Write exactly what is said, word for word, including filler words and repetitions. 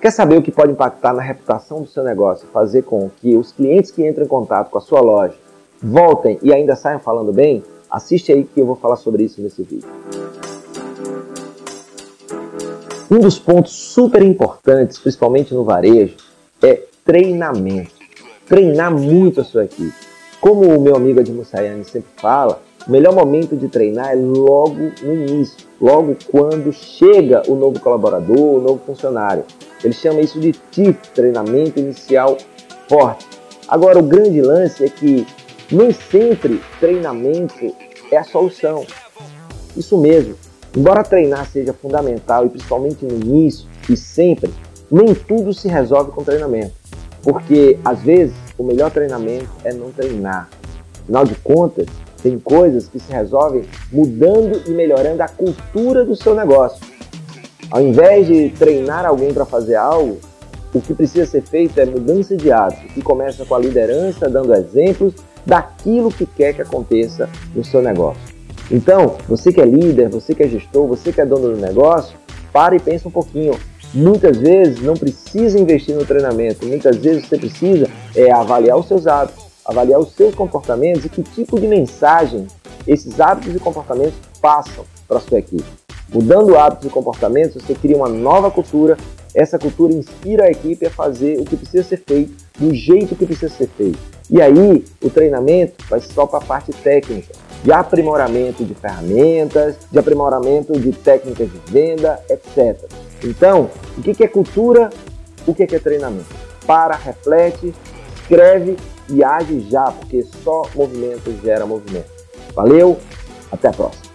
Quer saber o que pode impactar na reputação do seu negócio, fazer com que os clientes que entram em contato com a sua loja voltem e ainda saiam falando bem? Assiste aí que eu vou falar sobre isso nesse vídeo. Um dos pontos super importantes, principalmente no varejo, é treinamento. Treinar muito a sua equipe. Como o meu amigo Adimo Sayane sempre fala, o melhor momento de treinar é logo no início, logo quando chega o novo colaborador, o novo funcionário. Ele chama isso de T I F, treinamento inicial forte. Agora, o grande lance é que nem sempre treinamento é a solução. Isso mesmo, embora treinar seja fundamental e principalmente no início e sempre, nem tudo se resolve com treinamento. Porque, às vezes, o melhor treinamento é não treinar. Afinal de contas, tem coisas que se resolvem mudando e melhorando a cultura do seu negócio. Ao invés de treinar alguém para fazer algo, o que precisa ser feito é mudança de hábito, que começa com a liderança dando exemplos daquilo que quer que aconteça no seu negócio. Então, você que é líder, você que é gestor, você que é dono do negócio, para e pensa um pouquinho. Muitas vezes não precisa investir no treinamento, muitas vezes você precisa é, avaliar os seus hábitos, avaliar os seus comportamentos e que tipo de mensagem esses hábitos e comportamentos passam para a sua equipe. Mudando hábitos e comportamentos, você cria uma nova cultura, essa cultura inspira a equipe a fazer o que precisa ser feito, do jeito que precisa ser feito. E aí, o treinamento vai só para a parte técnica, de aprimoramento de ferramentas, de aprimoramento de técnicas de venda, etcétera. Então, o que é cultura? O que é treinamento? Para, reflete, escreve e age já, porque só movimento gera movimento. Valeu, até a próxima.